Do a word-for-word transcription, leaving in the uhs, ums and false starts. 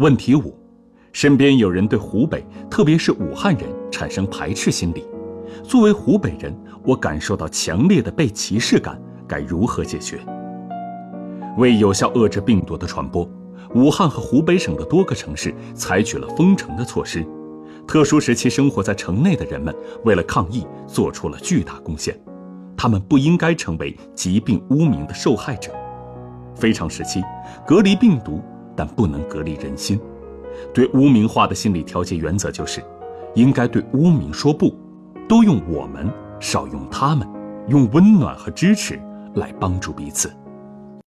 问题五，身边有人对湖北，特别是武汉人产生排斥心理。作为湖北人，我感受到强烈的被歧视感，该如何解决？为有效遏制病毒的传播，武汉和湖北省的多个城市采取了封城的措施。特殊时期生活在城内的人们，为了抗疫做出了巨大贡献，他们不应该成为疾病污名的受害者。非常时期，隔离病毒，但不能隔离人心。对污名化的心理调节原则就是，应该对污名说不，多用我们，少用他们，用温暖和支持来帮助彼此。